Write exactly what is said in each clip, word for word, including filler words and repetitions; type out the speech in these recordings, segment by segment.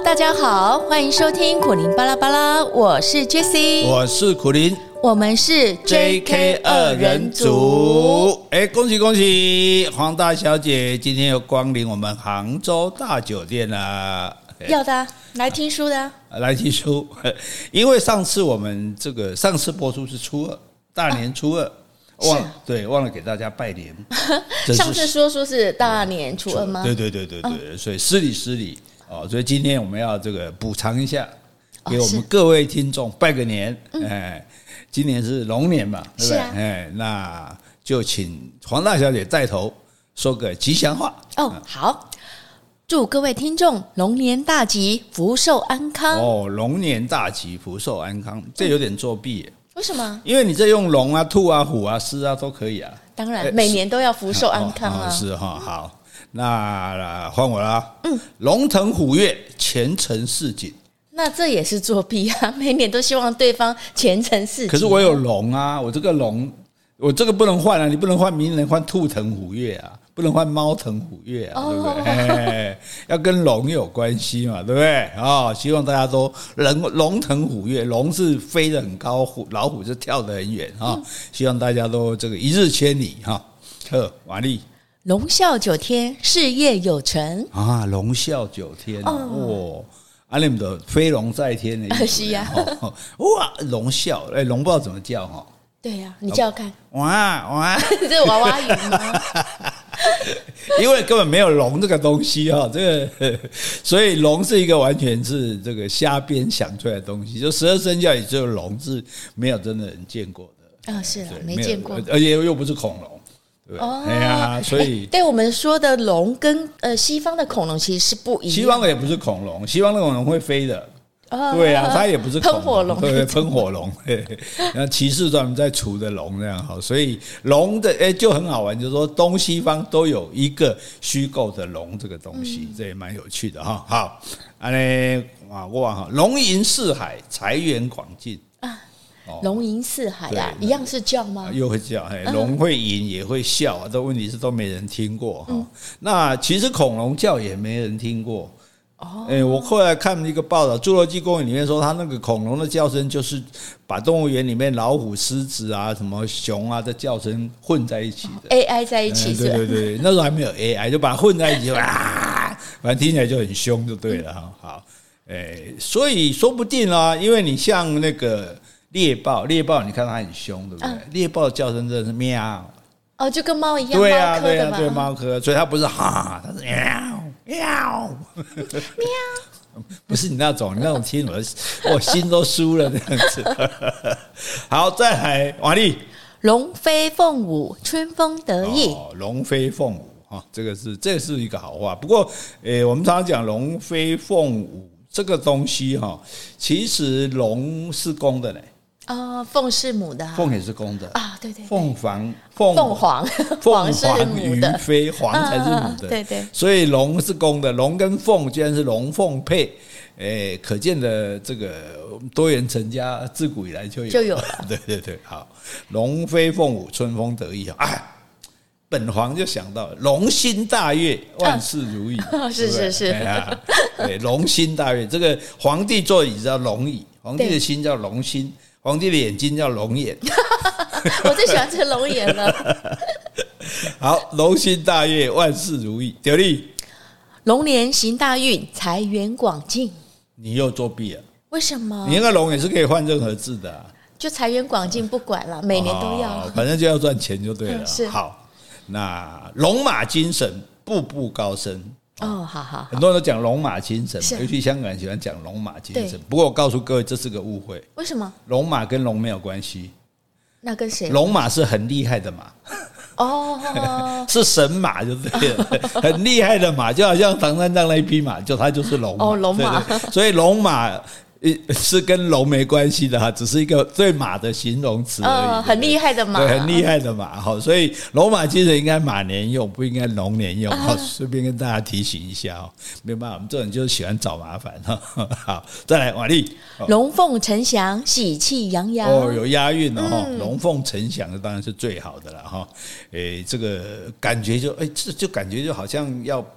大家好，欢迎收听苦苓巴拉巴拉，我是 Jessie， 我是苦苓， 我们是 J K 二人组。 哎，恭喜恭喜，黄大小姐今天又光临我们杭州大酒店了。 要的、啊，来听书的、啊， 来听书。因为上次我们这个上次播出是初二，大年初二。啊忘对忘了给大家拜年。 上次说书是大年初二吗？ 对对对对对，嗯、所以失礼失礼哦。所以今天我们要这个补偿一下，给我们各位听众拜个年。嗯、哎，今年是龙年嘛，对不对？啊、哎，那就请黄大小姐带头说个吉祥话。 哦，好，祝各位听众龙年大吉，福寿安康。 哦，龙年大吉，福寿安康，这有点作弊耶。 为什么？ 因为你这用龙啊、兔啊、虎啊、狮啊都可以啊。 当然，每年都要福寿安康啊。 哦哦、是哈，好，那换我了。嗯，龙腾虎跃，前程似锦。 那这也是作弊啊！每年都希望对方前程似锦。 可是我有龙啊，我这个龙，我这个不能换啊，你不能换，明年换兔腾虎跃啊。不能换猫腾虎跃啊，对不对？哎，要跟龙有关系嘛，对不对？哦，希望大家都龙龙腾虎跃，龙是飞得很高，虎老虎是跳得很远哈、哦。希望大家都这个一日千里哈。呵，瓦力， 龙啸九天，事业有成啊！龙啸九天哦，啊，你们的飞龙在天的意思是呀、 啊。哇，龙啸，哎，龙不知道怎么叫哈。 对呀、啊，你叫我看。 哇哇， 这是娃娃鱼吗？ 因为根本没有龙这个东西哈，这个所以龙是一个完全是这个瞎编想出来的东西。就十二生肖也只有龙是没有真的人见过的。 啊、哦，是啊，没见过， 而且又不是恐龙，对吧？哦，哎呀，所以对我们说的龙跟呃西方的恐龙其实是不一样的。 西方的也不是恐龙，西方的恐龙会飞的。对啊，它也不是喷火龙， 对，喷火龙，然后骑士专门在除的龙这样好，所以龙的哎就很好玩，就是说东西方都有一个虚构的龙这个东西，嗯、这也蛮有趣的哈。好，安尼啊，我哈龙吟四海，财源广进啊。龙吟四海啊，一样是叫吗？ 又会叫，龙会吟也会笑啊，这问题是都没人听过哈。嗯、那其实恐龙叫也没人听过。哦，欸，我后来看一个报道，《侏罗纪公园》里面说，它那个恐龙的叫声就是把动物园里面老虎、狮子啊、什么熊啊的叫声混在一起的 ，A I 在一起是吧？ 对对对，那时候还没有 A I， 就把它混在一起，啊，反正听起来就很凶，就对了哈。好，欸，所以说不定啊，因为你像那个猎豹，猎豹你看它很凶，对不对？嗯、猎豹的叫声真的是喵， 哦，就跟猫一样， 对啊，对啊，对猫科，所以它不是哈，它是喵。喵喵，不是你那种，你那种听我我心都酥了这样子。好，再来瓦力， 龙飞凤舞，春风得意。 哦，龙飞凤舞哈，这个是这是一个好话。不过，诶，我们常常讲龙飞凤舞这个东西哈，其实龙是公的呢。 哦，凤是母的， 凤也是公的啊，对 对, 对， 凤凰凤凤凰凤凰于飞，凰才是母的， 啊、对对， 所以龙是公的，龙跟凤居然是龙凤配，诶，可见的这个多元成家自古以来就有就有了， 对对对，好，龙飞凤舞，春风得意啊。本皇就想到龙心大悦，万事如意， 啊、是是是， 对，龙心大悦，这个皇帝坐椅叫龙椅，皇帝的心叫龙心。皇帝的眼睛叫龙眼， 我最喜欢吃龙眼了。 好，龙心大悦，万事如意，得力。 龙年行大运，财源广进。 你又作弊了？ 为什么？ 你那个龙也是可以换任何字的、啊， 就财源广进不管了，每年都要、哦， 反正就要赚钱就对了。 嗯、是好，那龙马精神，步步高升。 哦，好好好， 很多人都讲龙马精神，尤其香港人喜欢讲龙马精神。不过我告诉各位，这是个误会。 为什么？ 龙马跟龙没有关系。 那跟谁？ 龙马是很厉害的马。哦，是神马就对了，很厉害的马，就好像唐三藏那一匹马，就它就是龙马。 哦，龙马。 对对，所以龙马是跟龙没关系的哈，只是一个对马的形容词而已。 呃、很厉害的马， 对，很厉害的马哈。所以龙马精神应该马年用，不应该龙年用。好，顺便跟大家提醒一下哦，没有办法，我们这种就是喜欢找麻烦哈。好，再来瓦力， 龙凤呈祥，喜气洋洋。 哦，有押韵哦，龙凤呈祥的当然是最好的了哈。诶，这个感觉就诶，这就感觉就好像要。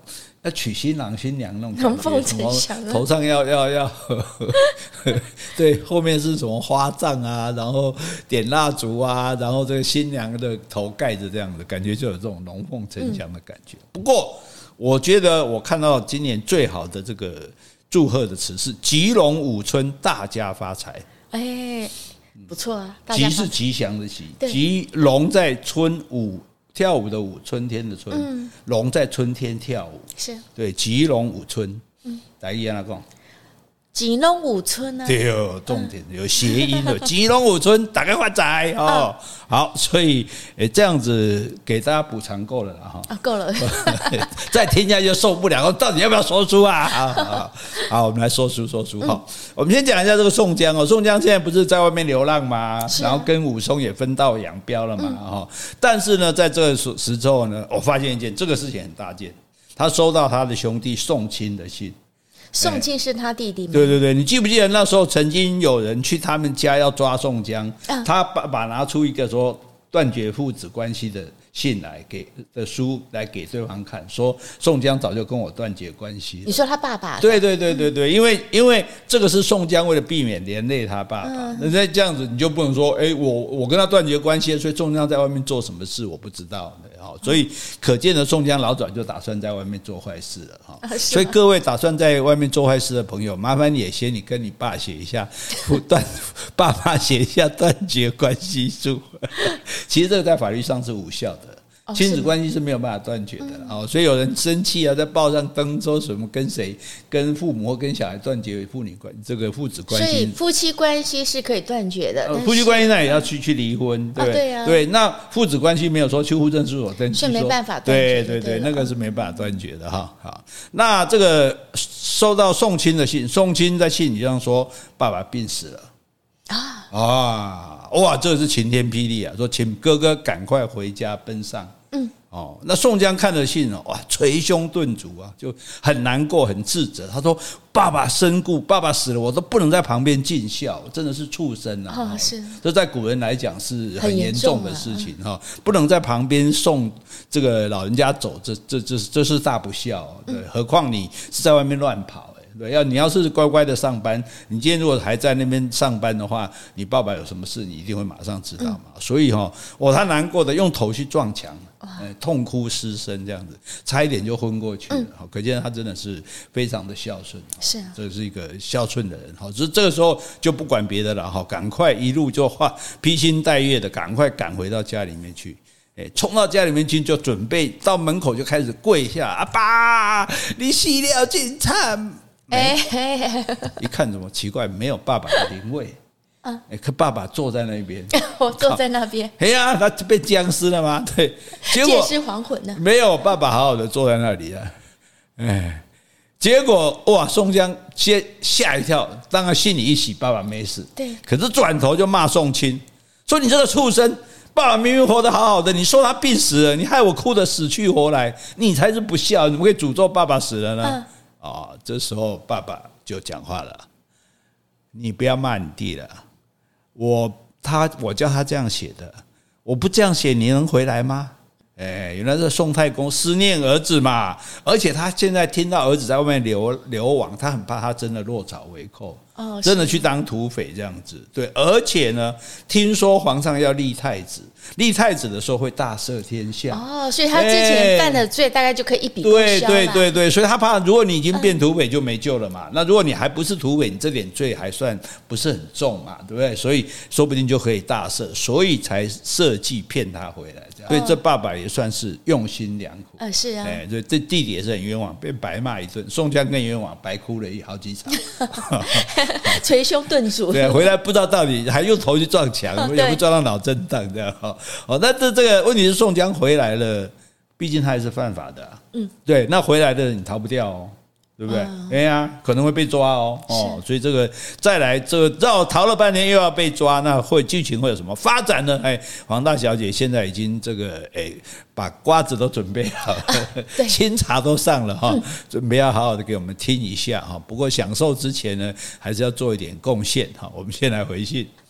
要娶新郎新娘那种龙凤呈祥， 头上要要要，对，后面是什么花帐啊，然后点蜡烛啊，然后这个新娘的头盖着这样的感觉，就有这种龙凤呈祥的感觉。嗯、不过，我觉得我看到今年最好的这个祝贺的词是“吉龙五春，大家发财”。 哎，不错啊！ 吉是吉祥的吉，吉龙在春舞。跳舞的舞，春天的春，龙、嗯、在春天跳舞， 是对吉龙舞春。嗯，来一样来讲， 吉龙舞春呢、啊？ 对哦，重点有谐音的，吉龙舞春，大家发财哦。嗯、好，所以诶，这样子给大家补偿够了啦哈。 啊，够了， 再听下去就受不了，到底要不要说书啊？好, 好, 好，我们来说书说书哈、嗯。我们先讲一下这个宋江哦，宋江现在不是在外面流浪吗？啊、然后跟武松也分道扬镳了嘛哈、嗯。但是呢，在这个时候呢，我发现一件这个事情很大件，他收到他的兄弟宋钦的信。 宋钦是他弟弟吗？ 对对对，你记不记得那时候曾经有人去他们家要抓宋江，啊、他爸爸拿出一个说断绝父子关系的信来给的书来给对方看，说宋江早就跟我断绝关系了。 你说他爸爸？ 对对对对对，因为因为这个是宋江为了避免连累他爸爸，那、嗯、这样子你就不能说，哎，我我跟他断绝关系，所以宋江在外面做什么事我不知道。所以可见的宋江老早就打算在外面做坏事了哈、啊，所以各位打算在外面做坏事的朋友，麻烦也先你跟你爸写一下断，爸爸写一下断绝关系书。其实这个在法律上是无效的。亲子关系是没有办法断绝的、嗯、所以有人生气啊，在报上登说什么跟谁跟父母或跟小孩断绝父女关这个父子关系， 所以夫妻关系是可以断绝的、呃、 夫妻关系那也要去去离婚，对、啊、对啊，对，那父子关系没有说去户政事务所登记， 是没办法断绝的， 对对对，那个是没办法断绝的哈。好，那这个收到宋钦的信，宋钦在信里上说爸爸病死了啊啊，哇，这是晴天霹雳啊！说请哥哥赶快回家奔丧。嗯，哦，那宋江看了信哦，哇，捶胸顿足啊，就很难过，很自责。他说：“爸爸身故，爸爸死了，我都不能在旁边尽孝，真的是畜生啊！”哦，是，这在古人来讲是很严重的事情哈、啊，不能在旁边送这个老人家走，这这这这是大不孝。对，何况你是在外面乱跑。对，要你要是乖乖的上班，你今天如果还在那边上班的话，你爸爸有什么事，你一定会马上知道嘛。嗯、所以哈、哦，我他难过的用头去撞墙，痛哭失声这样子，差一点就昏过去了。嗯、可见他真的是非常的孝顺， 是啊， 这是一个孝顺的人。好，只是这个时候就不管别的了哈，赶快一路就化披星戴月的赶快赶回到家里面去。哎，冲到家里面去就准备到门口就开始跪下，阿爸，你死了真惨。哎，一看怎么奇怪，没有爸爸的灵位。嗯，可爸爸坐在那边， 我坐在那边。 哎呀，他被僵尸了吗？对，结果借尸还魂呢？ 没有，爸爸好好的坐在那里啊。哎，结果哇，宋江先吓一跳，当然心里一喜，爸爸没死。对，可是转头就骂宋钦，说你这个畜生。爸爸明明活得好好的，你说他病死了，你害我哭得死去活来，你才是不孝，你怎么可以诅咒爸爸死了呢？嗯哦，这时候爸爸就讲话了，你不要骂你弟了，我他我叫他这样写的，我不这样写你能回来吗？哎，原来是宋太公思念儿子嘛，而且他现在听到儿子在外面流流亡，他很怕他真的落草为寇，哦，真的去当土匪这样子。对，而且呢，听说皇上要立太子，立太子的时候会大赦天下。哦， 所以他之前犯的罪大概就可以一笔勾销了。 对对对对，所以他怕，如果你已经变土匪就没救了嘛。嗯、那如果你还不是土匪，你这点罪还算不是很重嘛，对不对？所以说不定就可以大赦，所以才设计骗他回来这样。所以这爸爸也算是用心良苦。 啊、嗯，是啊。 哎，所以这弟弟也是很冤枉，被白骂一顿。宋江跟冤枉白哭了好几场。 捶胸顿足， 对，回来不知道到底还用头去撞墙，也不撞到脑震荡这样。哦，那这这个问题是宋江回来了，毕竟他还是犯法的、啊，嗯，对，那回来的人你逃不掉哦，对不对？哎呀、啊，可能会被抓哦，哦，所以这个再来这个绕逃了半天又要被抓，那会剧情会有什么发展呢？哎，黄大小姐现在已经这个哎。把瓜子都准备好了，啊、清茶都上了哈，嗯、准备要好好的给我们听一下哈。不过享受之前呢，还是要做一点贡献哈。我们先来回信。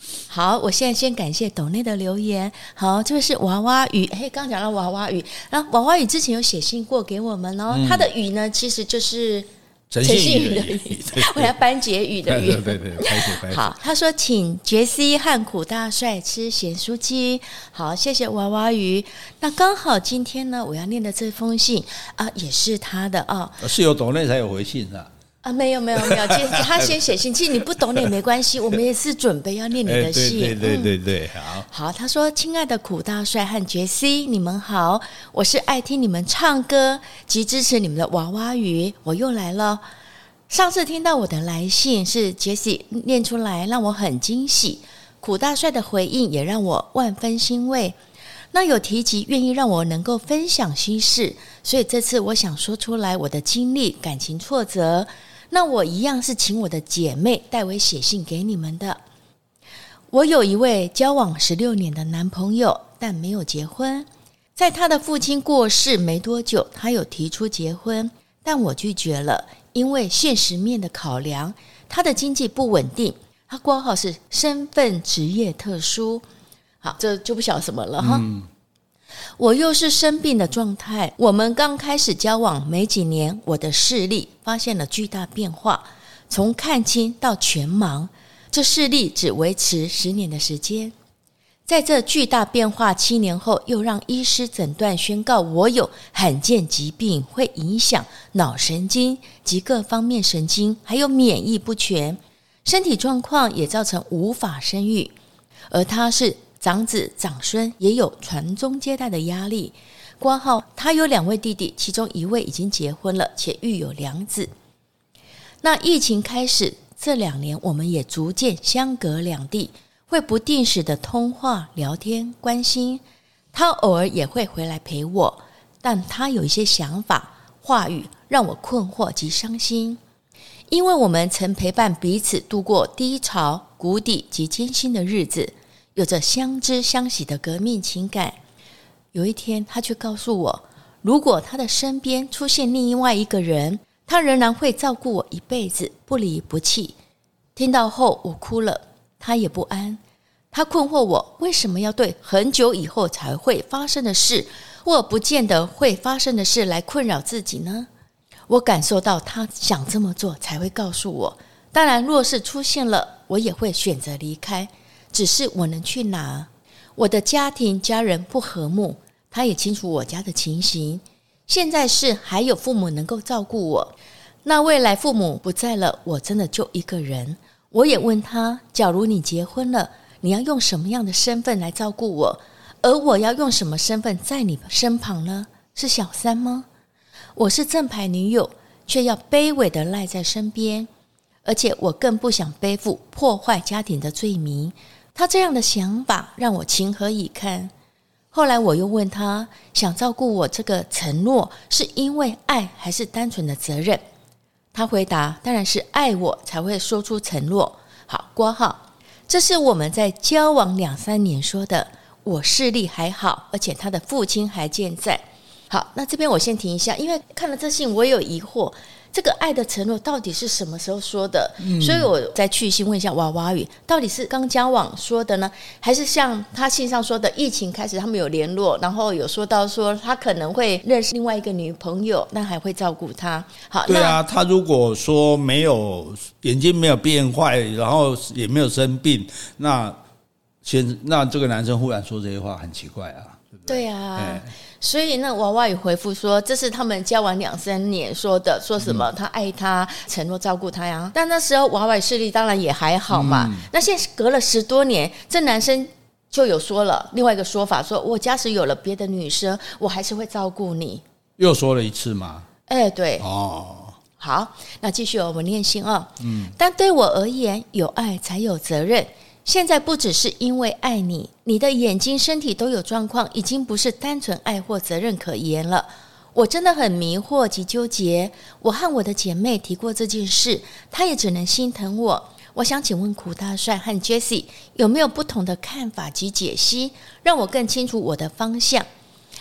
好，我现在先感谢斗内的留言。好，这个是娃娃鱼，哎，刚刚讲到娃娃鱼，然后娃娃鱼之前有写信过给我们哦，嗯、他的鱼呢其实就是陈信宇的语，我要班杰宇的宇。 对对对，拍手拍手。 好，他说请杰西和苦大帅吃咸酥鸡。好，谢谢娃娃鱼。那刚好今天呢，我要念的这封信啊，也是他的啊， 是有斗内才有回信啊。 啊，没有没有没有，其实他先写信，其实你不懂也没关系，我们也是准备要念你的信。 对对对对对，好。 好，他说：“亲爱的苦大帅和杰西，你们好，我是爱听你们唱歌及支持你们的娃娃鱼，我又来了。上次听到我的来信是杰西念出来，让我很惊喜。苦大帅的回应也让我万分欣慰。那有提及愿意让我能够分享心事，所以这次我想说出来我的经历、感情挫折。”那我一样是请我的姐妹代为写信给你们的。我有一位交往十六年的男朋友，但没有结婚。在他的父亲过世没多久，他有提出结婚，但我拒绝了，因为现实面的考量，他的经济不稳定，他括号是身份职业特殊。好，这就不晓得什么了哈。嗯，我又是生病的状态，我们刚开始交往没几年，我的视力发现了巨大变化，从看清到全盲，这视力只维持十年的时间。在这巨大变化七年后，又让医师诊断宣告我有罕见疾病，会影响脑神经及各方面神经，还有免疫不全，身体状况也造成无法生育，而他是长子长孙，也有传宗接代的压力。括号他有两位弟弟，其中一位已经结婚了，且育有两子。那疫情开始这两年，我们也逐渐相隔两地，会不定时的通话聊天关心，他偶尔也会回来陪我，但他有一些想法话语让我困惑及伤心，因为我们曾陪伴彼此度过低潮谷底及艰辛的日子，有着相知相惜的革命情感。有一天他却告诉我，如果他的身边出现另外一个人，他仍然会照顾我一辈子，不离不弃。听到后我哭了，他也不安，他困惑我为什么要对很久以后才会发生的事，或不见得会发生的事来困扰自己呢？我感受到他想这么做才会告诉我，当然若是出现了，我也会选择离开，只是我能去哪？我的家庭家人不和睦，他也清楚我家的情形，现在是还有父母能够照顾我，那未来父母不在了，我真的就一个人。我也问他，假如你结婚了，你要用什么样的身份来照顾我？而我要用什么身份在你身旁呢？是小三吗？我是正牌女友，却要卑微的赖在身边，而且我更不想背负破坏家庭的罪名。他这样的想法让我情何以堪？后来我又问他，想照顾我这个承诺是因为爱还是单纯的责任？他回答，当然是爱我才会说出承诺。好，括号，这是我们在交往两三年说的，我视力还好，而且他的父亲还健在。好，那这边我先停一下，因为看了这信我也有疑惑，这个爱的承诺到底是什么时候说的？嗯、所以我再去信问一下娃娃语，到底是刚交往说的呢，还是像他信上说的，疫情开始他们有联络，然后有说到说他可能会认识另外一个女朋友，但还会照顾他。好， 对啊，他如果说没有眼睛没有变坏，然后也没有生病，那先那这个男生忽然说这些话很奇怪啊，对不对？ 对啊。所以那娃娃也回复说，这是他们交往两三年说的，说什么他爱他，承诺照顾他呀。但那时候娃娃视力当然也还好嘛。嗯、那现在隔了十多年，这男生就有说了另外一个说法，说我假使有了别的女生，我还是会照顾你。 又说了一次吗？ 哎，对。 哦， 好，那继续我们念信啊。嗯，但对我而言，有爱才有责任。现在不只是因为爱你，你的眼睛身体都有状况，已经不是单纯爱或责任可言了。我真的很迷惑及纠结，我和我的姐妹提过这件事，她也只能心疼我。我想请问苦大帅和 Jessie 有没有不同的看法及解析，让我更清楚我的方向。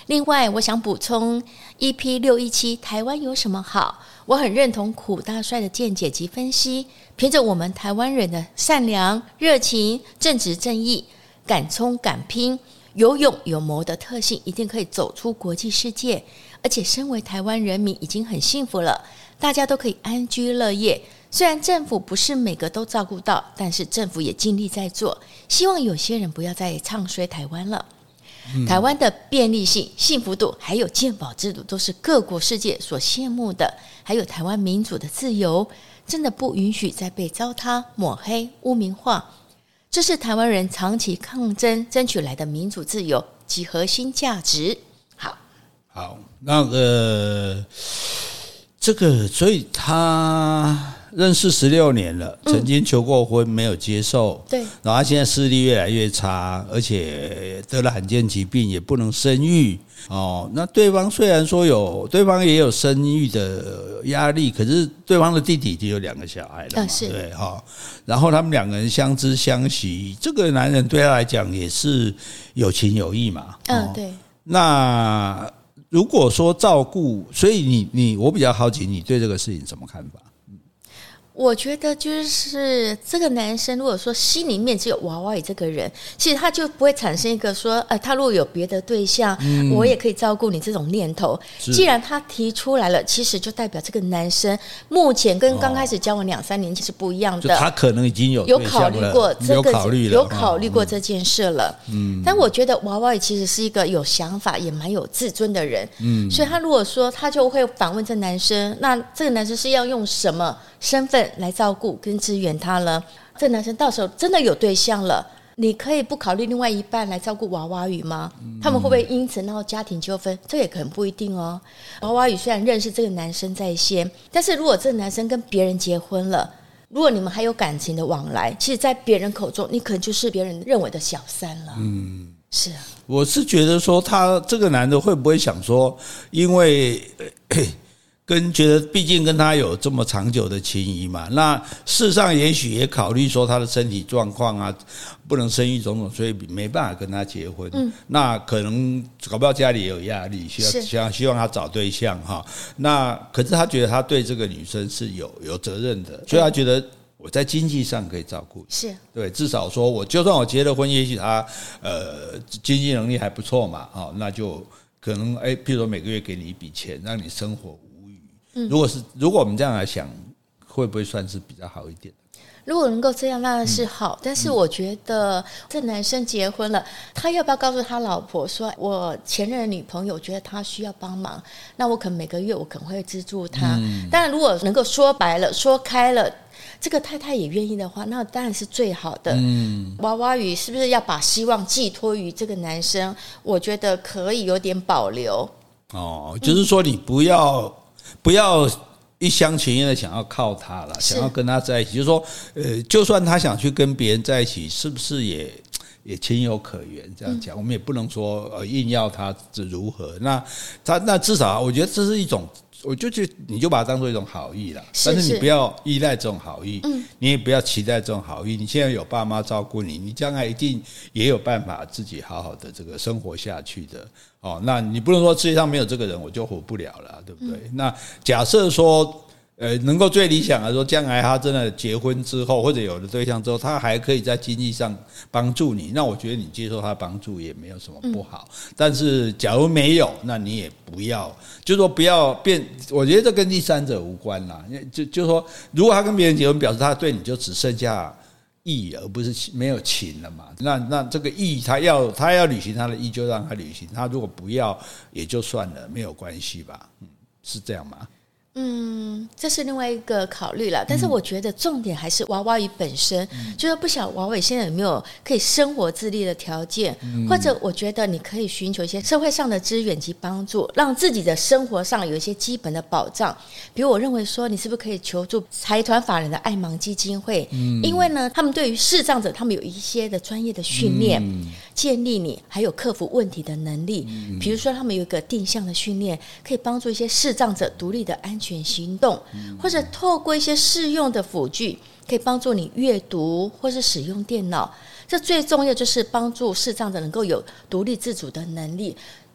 另外，我想补充 E P 六一七台湾有什么好？我很认同苦大帅的见解及分析，凭着我们台湾人的善良、热情、正直、正义、敢冲敢拼、有勇有谋的特性，一定可以走出国际世界。而且，身为台湾人民已经很幸福了，大家都可以安居乐业。虽然政府不是每个都照顾到，但是政府也尽力在做。希望有些人不要再唱衰台湾了。嗯、台湾的便利性、幸福度还有健保制度都是各国世界所羡慕的，还有台湾民主的自由，真的不允许再被糟蹋、抹黑、污名化。这是台湾人长期抗争争取来的民主自由及核心价值。好， 好，那个这个，所以他认识十六年了，曾经求过婚，没有接受。 对， 然后他现在视力越来越差，而且得了罕见疾病，也不能生育。哦，那对方虽然说有，对方也有生育的压力，可是对方的弟弟已经有两个小孩了嘛， 啊、是对哈、哦。然后他们两个人相知相惜，这个男人对他来讲也是有情有义嘛。 嗯、哦，对。 那如果说照顾，所以你你我比较好奇，你对这个事情什么看法？ 我觉得就是这个男生，如果说心里面只有娃娃鱼这个人，其实他就不会产生一个说，呃，他如果有别的对象，嗯、我也可以照顾你这种念头。既然他提出来了，其实就代表这个男生目前跟刚开始交往两三年其实不一样的。 就他可能已经有有考虑过这个， 有考虑了， 有考虑过这件事了。嗯，但我觉得娃娃鱼其实是一个有想法也蛮有自尊的人。嗯，所以他如果说他就会反问这男生，那这个男生是要用什么身份来照顾跟支援他了？这男生到时候真的有对象了，你可以不考虑另外一半来照顾娃娃鱼吗？嗯、他们会不会因此闹家庭纠纷？这也可能不一定哦。娃娃鱼虽然认识这个男生在先，但是如果这个男生跟别人结婚了，如果你们还有感情的往来，其实在别人口中你可能就是别人认为的小三了。嗯，是啊， 我是觉得说他这个男的会不会想说，因为跟觉得毕竟跟他有这么长久的情谊嘛，那事实上也许也考虑说他的身体状况啊，不能生育种种，所以没办法跟他结婚。嗯，那可能搞不好家里也有压力，需要希望希望他找对象哈。那可是他觉得他对这个女生是有有责任的，所以他觉得我在经济上可以照顾，是对，至少说我就算我结了婚，也许他呃经济能力还不错嘛，哦，那就可能哎，譬如说每个月给你一笔钱，让你生活。如果是如果我们这样来想，会不会算是比较好一点？ 如果能够这样当然是好，嗯、但是我觉得这男生结婚了，他要不要告诉他老婆说，我前任的女朋友觉得他需要帮忙，那我可能每个月我可能会资助他。嗯、当然如果能够说白了说开了，这个太太也愿意的话，那当然是最好的。嗯，娃娃鱼是不是要把希望寄托于这个男生？我觉得可以有点保留。 哦，就是说你不要。嗯不要一厢情愿的想要靠他了，想要跟他在一起，就是说，呃，就算他想去跟别人在一起，是不是也也情有可原？这样讲，嗯、我们也不能说呃硬要他如何。那他那至少，我觉得这是一种，我就觉得你就把它当做一种好意了。但是你不要依赖这种好意，嗯、你也不要期待这种好意。你现在有爸妈照顾你，你将来一定也有办法自己好好的这个生活下去的。哦，那你不能说世界上没有这个人我就活不了了，对不对？嗯、那假设说，呃，能够最理想的说，将来他真的结婚之后，或者有了对象之后，他还可以在经济上帮助你，那我觉得你接受他帮助也没有什么不好。嗯、但是假如没有，那你也不要，就是说不要变。我觉得这跟第三者无关啦，就就是说，如果他跟别人结婚，表示他对你就只剩下义而不是没有情了嘛？那那这个义，他要他要履行他的义，就让他履行。他如果不要，也就算了，没有关系吧？嗯，是这样吗？ 嗯，这是另外一个考虑了，但是我觉得重点还是娃娃鱼本身，嗯、就是不晓得娃娃鱼现在有没有可以生活自立的条件，嗯、或者我觉得你可以寻求一些社会上的资源及帮助，让自己的生活上有一些基本的保障。比如我认为说，你是不是可以求助财团法人的爱盲基金会？嗯、因为呢，他们对于视障者，他们有一些的专业的训练，嗯、建立你还有克服问题的能力。嗯、比如说，他们有一个定向的训练，可以帮助一些视障者独立的安全行动，或者透过一些适用的辅具，可以帮助你阅读或是使用电脑。这最重要就是帮助视障者能够有独立自主的能力。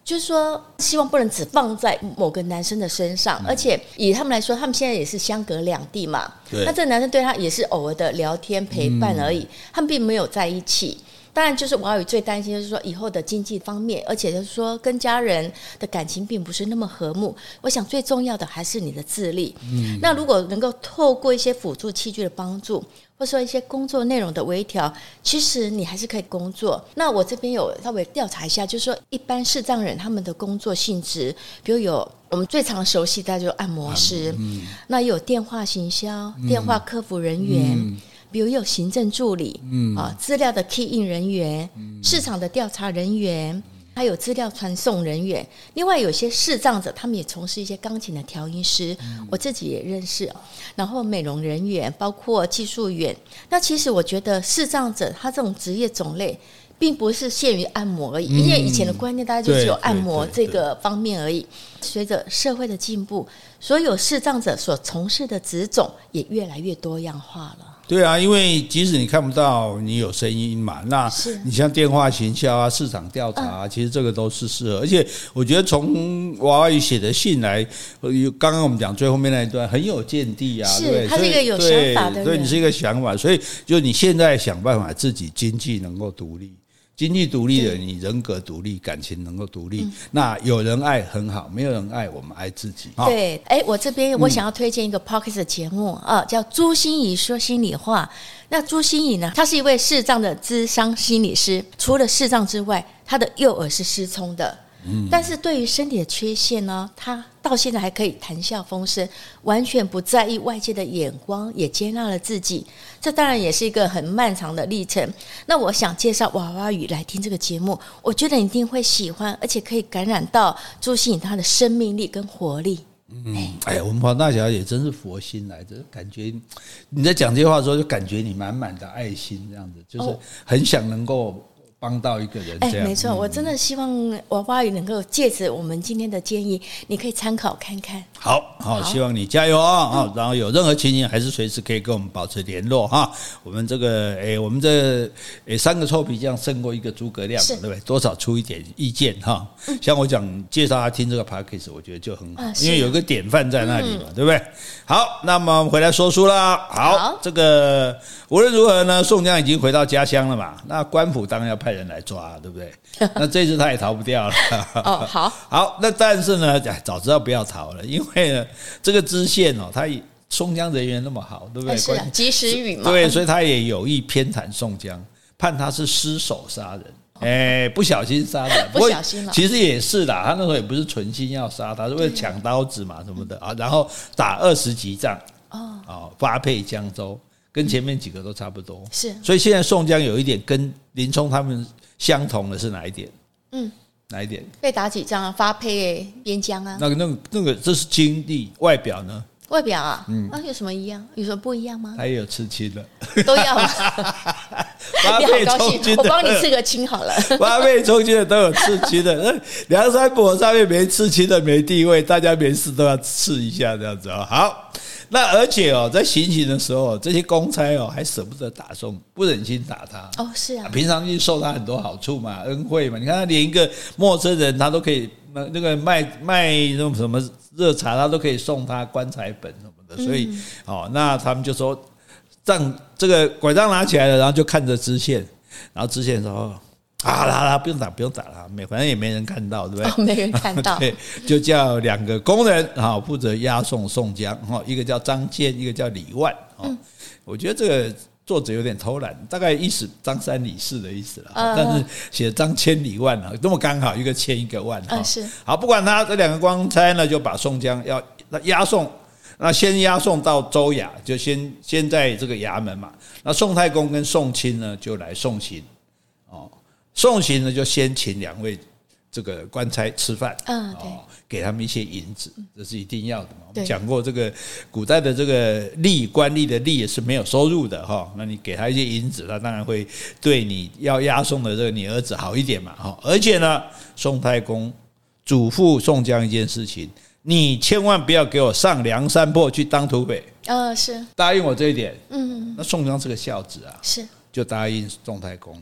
就是说希望不能只放在某个男生的身上，嗯、而且以他们来说，他们现在也是相隔两地嘛，那这个男生对他也是偶尔的聊天陪伴而已，嗯、他们并没有在一起。当然，就是娃娃鱼最担心就是说以后的经济方面，而且就是说跟家人的感情并不是那么和睦。我想最重要的还是你的自立。嗯，那如果能够透过一些辅助器具的帮助，或者说一些工作内容的微调，其实你还是可以工作。那我这边有稍微调查一下，就是说一般视障人他们的工作性质，比如有我们最常熟悉的就是按摩师，嗯、那也有电话行销、嗯、电话客服人员。嗯，比如有行政助理，嗯啊，资料的 key in 人员，嗯、市场的调查人员，嗯、还有资料传送人员。另外有些视障者，他们也从事一些钢琴的调音师，嗯、我自己也认识。然后美容人员，包括技术员。那其实我觉得视障者他这种职业种类，并不是限于按摩而已，嗯、因为以前的观念大概就只有按摩这个方面而已。随着社会的进步，所有视障者所从事的职种也越来越多样化了。 对啊，因为即使你看不到，你有声音嘛，那你像电话行销啊、市场调查啊，嗯、其实这个都是适合。而且我觉得从娃娃鱼写的信来，刚刚我们讲最后面那一段很有见地啊， 是对不对？ 他是一个有想法的人， 对，你是一个想法，所以就你现在想办法自己经济能够独立。经济独立的你，人格独立，感情能够独立，嗯、那有人爱很好，没有人爱我们爱自己。 对，哎，我这边我想要推荐一个 Podcast 的节目啊，叫朱心怡说心里话。那朱心怡呢，她是一位视障的諮商心理师，除了视障之外，她的右耳是失聪的。嗯、但是对于身体的缺陷呢，他到现在还可以谈笑风生，完全不在意外界的眼光，也接纳了自己。这当然也是一个很漫长的历程。那我想介绍娃娃鱼来听这个节目，我觉得你一定会喜欢，而且可以感染到朱心怡她的生命力跟活力。 嗯，哎，我们黄大小姐真是佛心来着，感觉你在讲这些话的时候，就感觉你满满的爱心，这样子，就是很想能够帮到一个人这样。 哎，没错，嗯、我真的希望娃娃鱼能够借着我们今天的建议，你可以参考看看。 好，好，希望你加油啊！嗯、然后有任何情形，还是随时可以跟我们保持联络哈。我们这个，哎，我们这哎三个臭皮匠胜过一个诸葛亮，对不对？多少出一点意见哈。嗯、像我讲介绍他听这个 podcast， 我觉得就很好，啊、因为有个典范在那里嘛，嗯、对不对？好，那么我们回来说书啦。好，好这个无论如何呢，宋江已经回到家乡了嘛，那官府当然要派人来抓，对不对？那这次他也逃不掉了。 哦，好， 好，那但是呢，早知道不要逃了，因为呢，这个知县哦，他宋江人缘那么好，对不对？ 是啊，及时雨嘛。 对，所以他也有意偏袒宋江，判他是失手杀人。哎，不小心杀人， 不小心了。 其实也是啦，他那时候也不是存心要杀他，是为了抢刀子嘛什么的啊。然后打二十几仗，哦，哦，发配江州，跟前面几个都差不多。是，所以现在宋江有一点跟林冲他们相同的是哪一点？嗯，哪一点？ 被打几仗啊，发配边疆啊。 那个、那个、那个，这是经历，外表呢？ 外表啊，嗯，啊，有什么一样？有什么不一样吗？ 他也有刺青的， 都要。你好高兴，我帮你刺个青好了。 八倍充军的都有刺青的，梁山伯上面没刺青的没地位，大家没事都要刺一下这样子哦。好，那而且哦，在行刑的时候，这些公差哦还舍不得打宋，不忍心打他。 哦，是啊， 平常就受他很多好处嘛，恩惠嘛。你看他连一个陌生人，他都可以那个卖卖那种什么热茶，他都可以送他棺材本什么的。所以、嗯、哦，那他们就说。杖这个拐杖拿起来了，然后就看着知县，然后知县说：“啊啦啦，不用打，不用打了，没反正也没人看到，对不对？ 哦、没人看到， 对，就叫两个工人啊负责押送宋江，哈，一个叫张坚，一个叫李万。哦，嗯、我觉得这个作者有点偷懒，大概意思张三李四的意思了，嗯、但是写张千李万啊，这么刚好一个千一个万，哈、嗯，是好，不管他这两个官差呢，就把宋江要押送。那先押送到州衙，就先先在这个衙门嘛。那宋太公跟宋钦呢，就来送行。哦，送行呢，就先请两位这个官差吃饭，嗯，对，哦，给他们一些银子，这是一定要的嘛。我们讲过，这个古代的这个吏官吏的吏也是没有收入的哈。那你给他一些银子，他当然会对你要押送的这个你儿子好一点嘛。哈，而且呢，宋太公嘱咐宋江一件事情。你千万不要给我上梁山泊去当土匪，呃，是答应我这一点。嗯，那宋江是个孝子啊，是就答应宋太公了。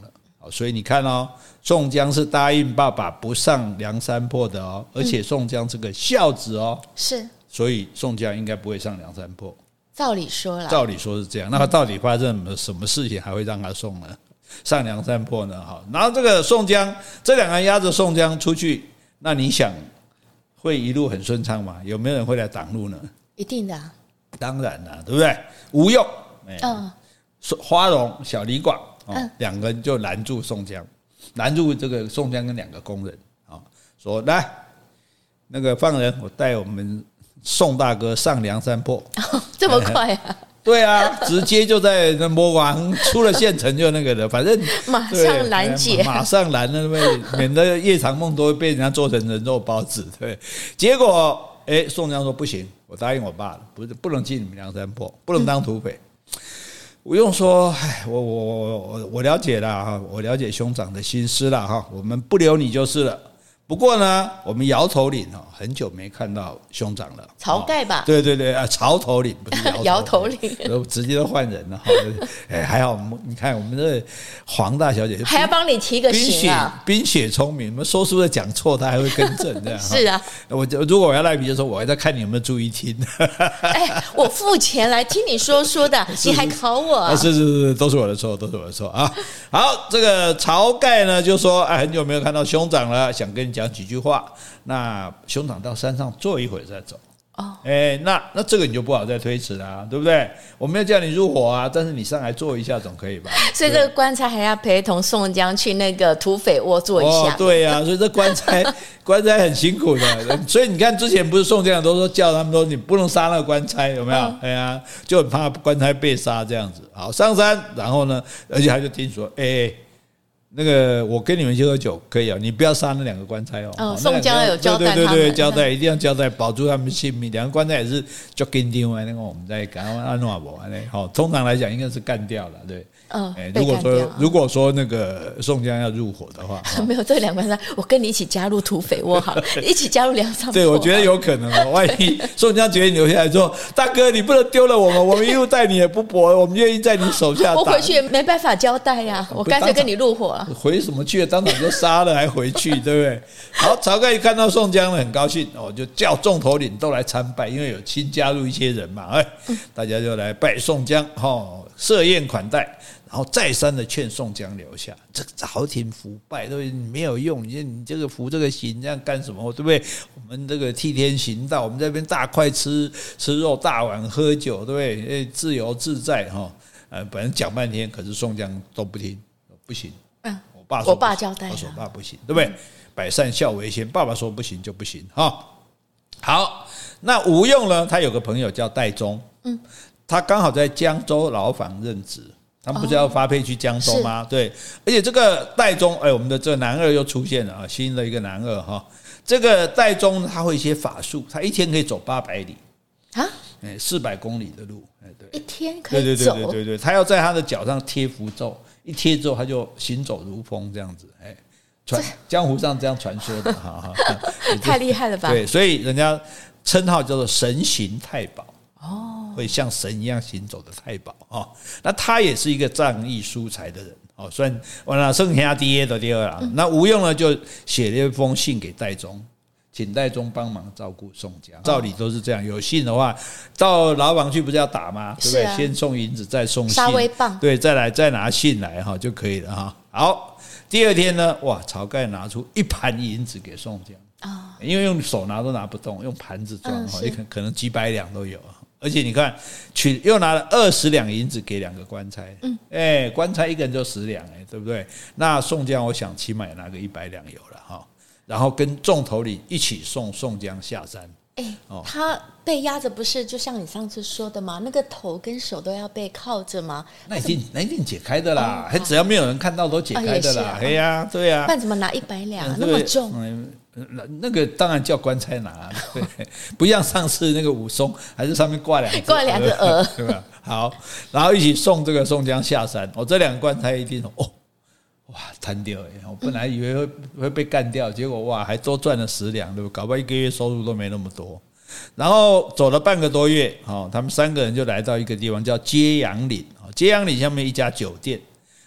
所以你看哦，宋江是答应爸爸不上梁山泊的哦，而且宋江是个孝子哦， 是， 所以宋江应该不会上梁山泊。 照理说啦， 照理说是这样，那他到底发生了什么事情还会让他送呢？上梁山泊呢？好，然后这个宋江这两个人押着宋江出去，那你想会一路很顺畅吗？有没有人会来挡路呢？ 一定的、啊， 当然啦，对不对？吴用， 嗯， 花荣、小李广，哦嗯， 两个人就拦住宋江，拦住这个宋江跟两个工人，啊，说来，那个放人，我带我们宋大哥上梁山泊， 哦、这么快啊？ 对啊，直接就在那魔王出了县城就那个的，反正马上拦截， 马上拦了，免得夜长梦多被人家做成人肉包子。对，结果哎，宋江说不行，我答应我爸了，不是不能进你们梁山泊，不能当土匪。吴用说：“哎，我我我我我了解了哈，我了解兄长的心思了哈，我们不留你就是了。不过呢，我们摇头岭哦，很久没看到兄长了。 晁盖吧？ 对对对啊，潮头岭不是摇头岭， 都直接都换人了哈。哎，还好，你看我们这黄大小姐还要帮你提个醒啊， 冰雪聪明，我们说书的讲错，她还会更正这样。 是啊， 我如果我要赖皮的时候，我还在看你有没有注意听。 哎，我付钱来听你说书的，你还考我啊？ 是是是，都是我的错，都是我的错啊。好，这个晁盖呢就说，哎，很久没有看到兄长了，想跟你讲几句话。那兄长到山上坐一会儿再走。哦，哎，那那这个你就不好再推迟啦、啊，对不对？我没有叫你入伙啊，但是你上来坐一下总可以吧？ 所以这个官差还要陪同宋江去那个土匪窝坐一下。 哦，对呀、啊，所以这官差官差很辛苦的。所以你看之前不是宋江都说叫他们说你不能杀那个官差，有没有？哎呀、啊，就很怕官差被杀这样子。好，上山，然后呢，而且他就听说，哎。那个，我跟你们去喝酒可以啊，你不要杀那两个官差哦。 哦，宋江有交代他们， 对对对，交代一定要交代，保住他们性命。两个官差也是就跟丢啊，那个我们在赶快安诺伯呢。好，通常来讲应该是干掉了，对。 嗯， 欸、如果说如果说那个宋江要入伙的话， 没有这两个官差，我跟你一起加入土匪窝好了，一起加入梁山泊。 对，我觉得有可能哦。万一宋江决定留下来说，大哥你不能丢了我们，我们一路带你也不薄，我们愿意在你手下打。 我回去也没办法交代呀、啊，我干脆跟你入伙了。 回什么去？当场就杀了还回去，对不对？好，晁盖一看到宋江了，很高兴哦，就叫众头领都来参拜，因为有新加入一些人嘛，哎，大家就来拜宋江，哦，设宴款待。然后再三的劝宋江留下，这个朝廷腐败，对不对？没有用，你你这个服这个刑这样干什么？对不对？我们这个替天行道，我们这边大块吃吃肉，大碗喝酒，对不对？自由自在哈。呃，本来讲半天，可是宋江都不听，不行。 嗯， 我爸说我爸交代， 我说爸不行，对不对？百善孝为先，爸爸说不行就不行哈。好，那吴用呢？他有个朋友叫戴宗，嗯，他刚好在江州牢房任职。他们不是要发配去江州吗？哦、对，而且这个戴宗，哎，我们的这个男二又出现了啊，新的一个男二哈。这个戴宗他会一些法术，他一天可以走八百里啊，哎，四百公里的路，哎，对， 一天可以走， 对对对对对对，他要在他的脚上贴符咒，一贴之后他就行走如风这样子，哎，传江湖上这样传说的哈， 太厉害了吧？ 对，所以人家称号叫做神行太保。哦，会像神一样行走的太保哦，那他也是一个仗义疏财的人哦，虽然我那剩下爹的第二啦，那吴用呢就写了一封信给戴宗，请戴宗帮忙照顾宋江。照理都是这样，有信的话到牢房去不是要打吗？对不对？啊、先送银子，再送信， 杀威棒， 对，再来再拿信来哈就可以了哈。好，第二天呢，哇，晁盖拿出一盘银子给宋江啊，因为用手拿都拿不动，用盘子装哈，也可可能几百两都有。而且你看，取又拿了二十两银子给两个官差，嗯，哎，官差一个人就十两，哎，对不对？那宋江，我想起码也拿个一百两有了哈。然后跟众头领一起送宋江下山。 哎，他被压着不是就像你上次说的吗？那个头跟手都要被靠着吗？ 那一定那一定解开的啦，还只要没有人看到都解开的啦。哎呀，对呀， 不然怎么拿一百两那么重？ 那那个当然叫官差拿，对，不像上次那个武松，还是上面挂两挂两个鹅， 对吧？好，然后一起送这个宋江下山。我、哦、这两个官差一定哦，哇，贪掉哎！我本来以为会会被干掉，结果哇，还多赚了十两，对不？搞不好一个月收入都没那么多。然后走了半个多月，哦，他们三个人就来到一个地方叫揭阳岭。揭阳岭下面一家酒店。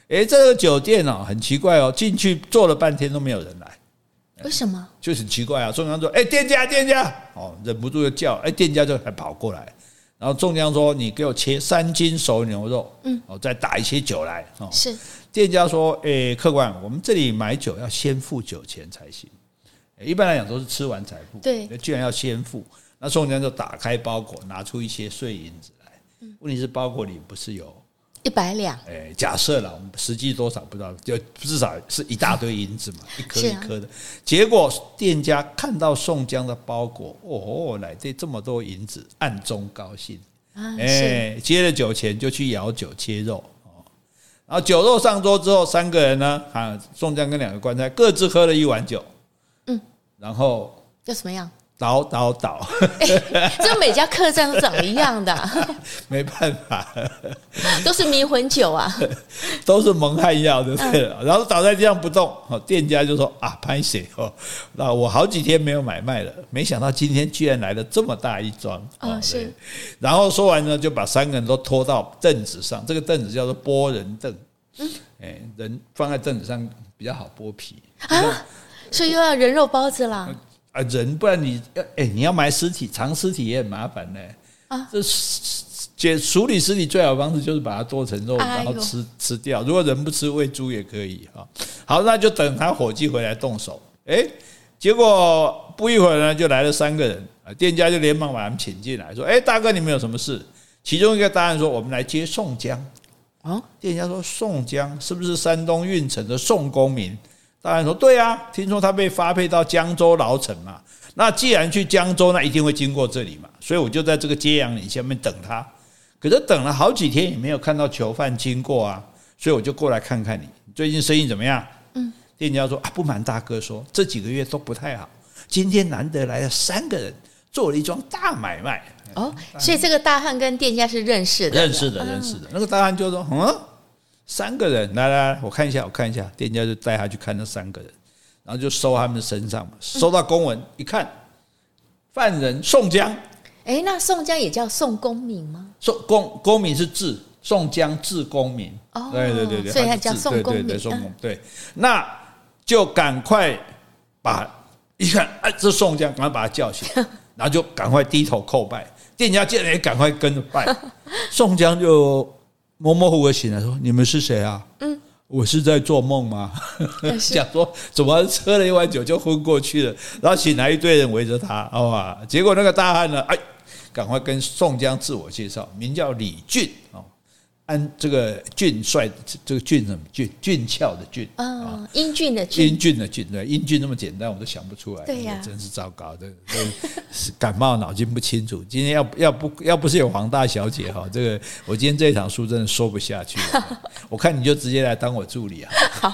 哎，这个酒店哦很奇怪哦，进去坐了半天都没有人来。 为什么？ 就很奇怪啊！宋江说：“哎，店家，店家！”哦，忍不住就叫，哎，店家就还跑过来。然后宋江说：“你给我切三斤熟牛肉，嗯，哦，再打一些酒来。”哦， 是。 店家说：“哎，客官，我们这里买酒要先付酒钱才行。一般来讲都是吃完才付， 对， 居然要先付。那宋江就打开包裹，拿出一些碎银子来。嗯、问题是包裹里不是有一百两？ 哎，假设了，我们实际多少不知道，就至少是一大堆银子嘛，一颗一颗的。啊、结果店家看到宋江的包裹，哦，来这这么多银子，暗中高兴。啊、哎，接了酒钱就去舀酒切肉。然后酒肉上桌之后，三个人呢，啊，宋江跟两个官差各自喝了一碗酒，嗯，然后就怎么样？ 倒倒倒， 欸、这每家客栈都长一样的、啊， 没办法， 都是迷魂酒啊， 都是蒙汗药的，对了。嗯、然后倒在地上不动，店家就说啊，拍谁哦？那我好几天没有买卖了，没想到今天居然来了这么大一桩啊！哦、是。然后说完呢，就把三个人都拖到凳子上，这个凳子叫做剥人凳，嗯，哎，人放在凳子上比较好剥皮啊，所以又要人肉包子啦。 啊，人不然你要哎，你要埋尸体，藏尸体也很麻烦呢。啊，这解处理尸体最好的方式就是把它剁成肉，然后吃、哎、吃掉。如果人不吃，喂猪也可以哈。好，那就等他伙计回来动手。哎，结果不一会儿呢，就来了三个人啊，店家就连忙把他们请进来，说：“哎，大哥，你们有什么事？”其中一个大汉说：“我们来接宋江。”啊，店家说：“宋江是不是山东运城的宋公民？”大汉说：“对啊，听说他被发配到江州牢城嘛。那既然去江州，那一定会经过这里嘛，所以我就在这个揭阳岭下面等他。可是等了好几天也没有看到囚犯经过啊，所以我就过来看看你，你最近生意怎么样？”嗯，店家说：“啊，不瞒大哥说，这几个月都不太好。今天难得来了三个人，做了一桩大买卖。” 哦，所以这个大汉跟店家是认识的， 认识的，认识的。那个大汉就说：“嗯。”三个人，来来来，我看一下，我看一下。店家就带他去看那三个人，然后就搜他们的身上嘛，收到公文一看，犯人宋江。 哎，那宋江也叫宋公明吗？ 宋公公明是字，宋江字公明。 哦， 对对对对， 所以他叫宋公明。 对对对，宋公对，那就赶快把一看，哎，这宋江，赶快把他叫醒，然后就赶快低头叩拜。店家见了也赶快跟着拜，宋江就模模糊糊醒来说：“你们是谁啊？”嗯，我是在做梦吗？想说怎么喝了一碗酒就昏过去了，然后醒来一堆人围着他，好吧？结果那个大汉呢，哎，赶快跟宋江自我介绍，名叫李俊哦，按这个俊帅，这个俊什么俊？俊俏的俊啊，英俊的俊， 英俊的俊，对，英俊那么简单我都想不出来， 对呀， 真是糟糕的，感冒脑筋不清楚。今天要要不要不是有黄大小姐哈，这个我今天这场书真的说不下去了。我看你就直接来当我助理啊。好，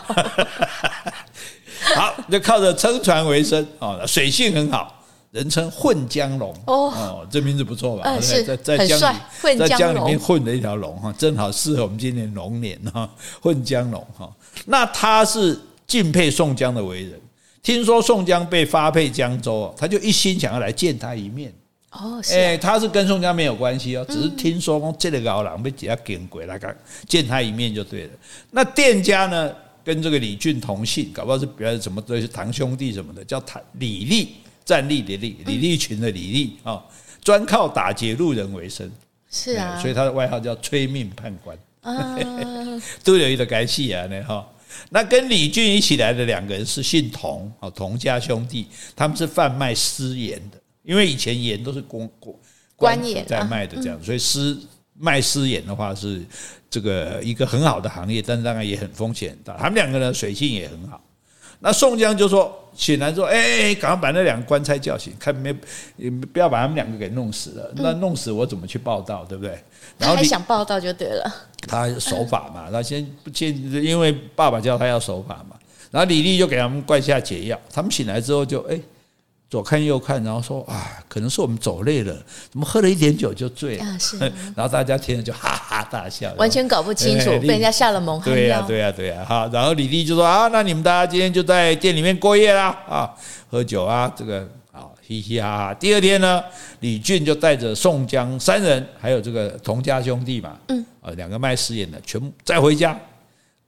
好，就靠着撑船为生哦，水性很好。人称混江龙 哦, 哦，这名字不错吧？ 嗯、是在在江里，在江里面混的一条龙哈，正好适合我们今年龙年哈。混江龙哈，那他是敬佩宋江的为人，听说宋江被发配江州，他就一心想要来见他一面。 哦，是、啊欸，他是跟宋江没有关系哦，只是听说说这个老人被几下见鬼来见他一面就对了。那店家呢，跟这个李俊同姓，搞不好是别人什么都是堂兄弟什么的，叫李立。站立的立，李立群的李立啊，专靠打劫路人为生。 是啊， 所以他的外号叫催命判官。啊，都有一个该戏啊，呢哈。那跟李俊一起来的两个人是姓童，哦，童家兄弟，他们是贩卖私盐的，因为以前盐都是公官盐在卖的这样，所以私卖私盐的话是这个一个很好的行业，但当然也很风险很大。他们两个人水性也很好。那宋江就说，显然说，哎，赶快把那两个官差叫醒，看没不要把他们两个给弄死了。那弄死我怎么去报道，对不对？ 然后他还想报道就对了。 他守法嘛，他先不先，因为爸爸叫他要守法嘛。然后李立就给他们灌下解药，他们醒来之后就哎左看右看，然后说啊，可能是我们走累了，怎么喝了一点酒就醉了？啊、是。然后大家听了就哈哈大笑， 完全搞不清楚，被人家下了蒙汗药。 对呀、啊，对呀、啊，对呀、啊，哈。然后李立就说啊，那你们大家今天就在店里面过夜啦，啊，喝酒啊，这个啊，嘻嘻哈哈。第二天呢，李俊就带着宋江三人，还有这个童家兄弟嘛，嗯，啊，两个卖私盐的，全部再回家，安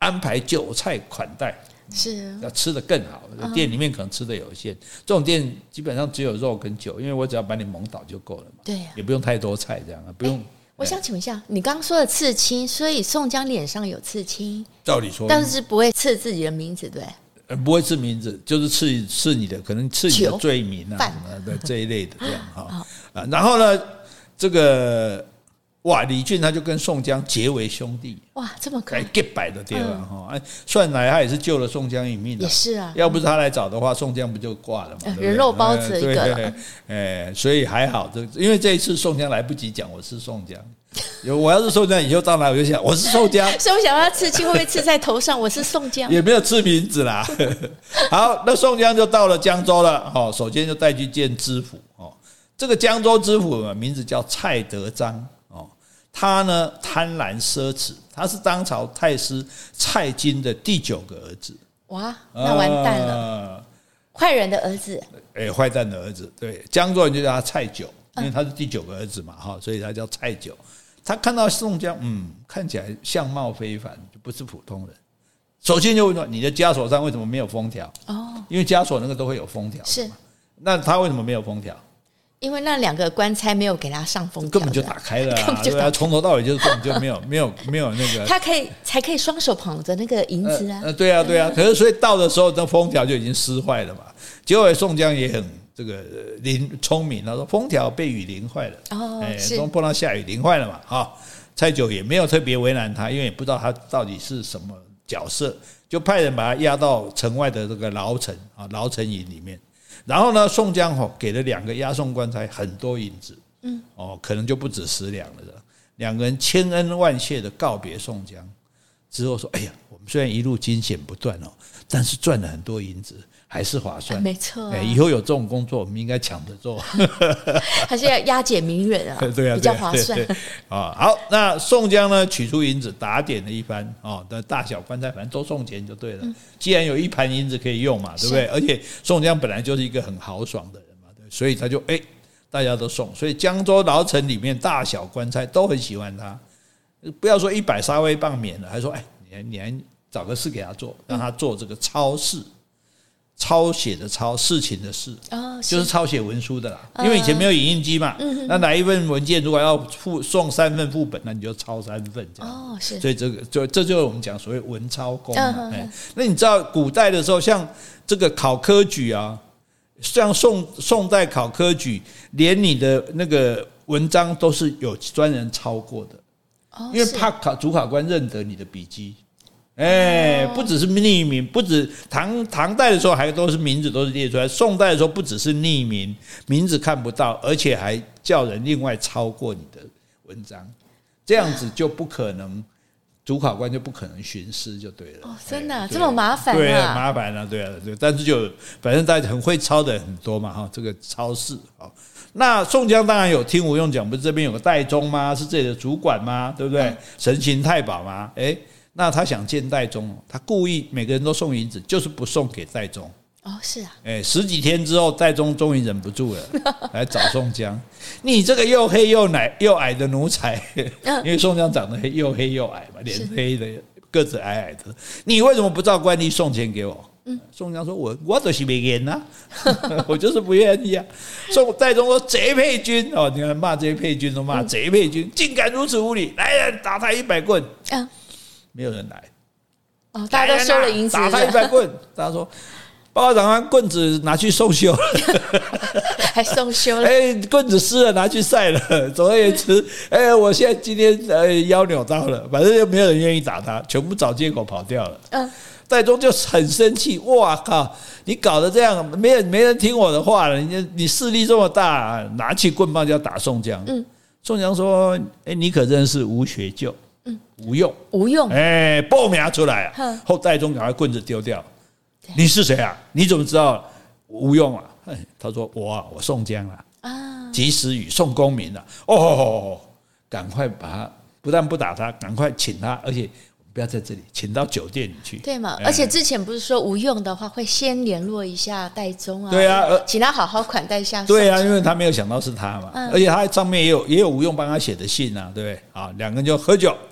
安排酒菜款待， 是要吃得更好。嗯、店里面可能吃的有限，这种店基本上只有肉跟酒，因为我只要把你蒙倒就够了嘛。 对、啊， 也不用太多菜，这样不用。 我想请问一下，你刚刚说的刺青，所以宋江脸上有刺青， 照理说， 但是不会刺自己的名字，对？ 呃，不会刺名字，就是刺刺你的，可能刺你的罪名啊什么的这一类的这样哈啊。然后呢，这个哇，李俊他就跟宋江结为兄弟， 哇，这么可爱， 结拜的对吧？哈、嗯，算来他也是救了宋江一命的， 也是啊。 要不是他来找的话，宋江不就挂了嘛？对不对人肉包子一个了， 哎，所以还好，这因为这一次宋江来不及讲我是宋江。有我要是宋江，以后到哪我就想我是宋江， 所以我想他刺青会不会刺在头上？我是宋江， 也没有刺名字啦。好，那宋江就到了江州了，哦，首先就带去见知府哦。这个江州知府名字叫蔡德章哦，他呢贪婪奢侈，他是当朝太师蔡京的第九个儿子。 哇，那完蛋了，呃、坏人的儿子， 哎、欸，坏蛋的儿子，对，江州人就叫他蔡九。因为他是第九个儿子嘛，哈，所以他叫蔡九。他看到宋江，嗯，看起来相貌非凡，就不是普通人。首先就问说：“你的枷锁上为什么没有封条？”哦，因为枷锁那个都会有封条， 是。 那他为什么没有封条？ 因为那两个官差没有给他上封条， 根本就打开了啊！对啊，从头到尾就是根本就没有没有没有那个。 他可以才可以双手捧着那个银子啊。 呃，对啊，对啊。可是所以到的时候，那封条就已经撕坏了嘛。结果宋江也很。这个淋聪明，他说封条被雨淋坏了，哦，哎，碰到下雨淋坏了嘛，哈，蔡九也没有特别为难他，因为也不知道他到底是什么角色，就派人把他押到城外的这个牢城啊，牢城营里面。然后呢，宋江吼给了两个押送官差很多银子，嗯，哦，可能就不止十两了。两个人千恩万谢的告别宋江之后说：“哎呀，我们虽然一路惊险不断哦，但是赚了很多银子。”还是划算， 没错、啊。 以后有这种工作，我们应该抢着做。 还是要押解名人啊， 对啊， 比较划算啊。好，那宋江呢，取出银子打点了一番啊，那大小官差反正都送钱就对了。嗯、既然有一盘银子可以用嘛，对不对？而且宋江本来就是一个很豪爽的人嘛，对，所以他就哎、欸，大家都送，所以江州牢城里面大小官差都很喜欢他。不要说一百杀威棒免了，还说哎，你还你还找个事给他做，让他做这个抄事。抄写的抄，事情的事，哦、是就是抄写文书的啦。呃、因为以前没有影印机嘛，嗯、那哪一份文件如果要附送三份副本，那你就抄三份这样。哦，是。所以这个就这就是我们讲所谓文抄工嘛。嗯嗯、那你知道古代的时候，像这个考科举啊，像宋宋代考科举，连你的那个文章都是有专人抄过的，哦、因为怕考主考官认得你的笔迹。哎，不只是匿名，不止唐唐代的时候还都是名字都是列出来，宋代的时候不只是匿名，名字看不到，而且还叫人另外抄过你的文章，这样子就不可能，主考官就不可能徇私就对了。哦， 真的、啊、这么麻烦啊？ 对啊，麻烦啊，对啊，对。但是就反正大家很会抄的很多嘛，哈，这个抄事好。那宋江当然有听吴用讲，不是这边有个戴宗吗？是这里的主管吗？对不对？嗯、神行太保吗？哎。那他想见戴宗，他故意每个人都送银子，就是不送给戴宗。 哦，是啊。 哎，十几天之后，戴宗终于忍不住了，来找宋江。你这个又黑又奶又矮的奴才，因为宋江长得黑又黑又矮嘛，脸黑的，个子矮矮的，你为什么不照惯例送钱给我？嗯、宋江说：“我我就是没愿呐，我就是不愿意啊。”宋戴宗说：“贼配军哦，你看骂这些配军都骂贼配军，竟敢如此无礼！来人，打他一百棍。”嗯。没有人来， 哦，大家都收了银子， 打他一百棍。大家说，报告长官，棍子拿去送修了， 还送修了。 哎、欸，棍子湿了，拿去晒了。总而言之，哎、欸，我现在今天呃腰扭到了，反正就没有人愿意打他，全部找借口跑掉了。嗯，戴宗就很生气，哇靠，你搞得这样，没人没人听我的话了，你你势力这么大，拿起棍棒就要打宋江。嗯，宋江说，哎、欸，你可认识吴学究？吴用， 吴用， 哎，报名出来啊！后戴宗赶快棍子丢掉。你是谁啊？你怎么知道吴用啊？他说我啊，我宋江啊，啊，及时雨宋公明啊。哦，赶快把他，不但不打他，赶快请他，而且不要在这里，请到酒店里去。 对嘛？而且之前不是说吴用的话会先联络一下戴宗啊？ 对啊， 请他好好款待一下。 对啊，因为他没有想到是他嘛，嗯、而且他上面也有也有吴用帮他写的信啊，对不对？啊，两个人就喝酒。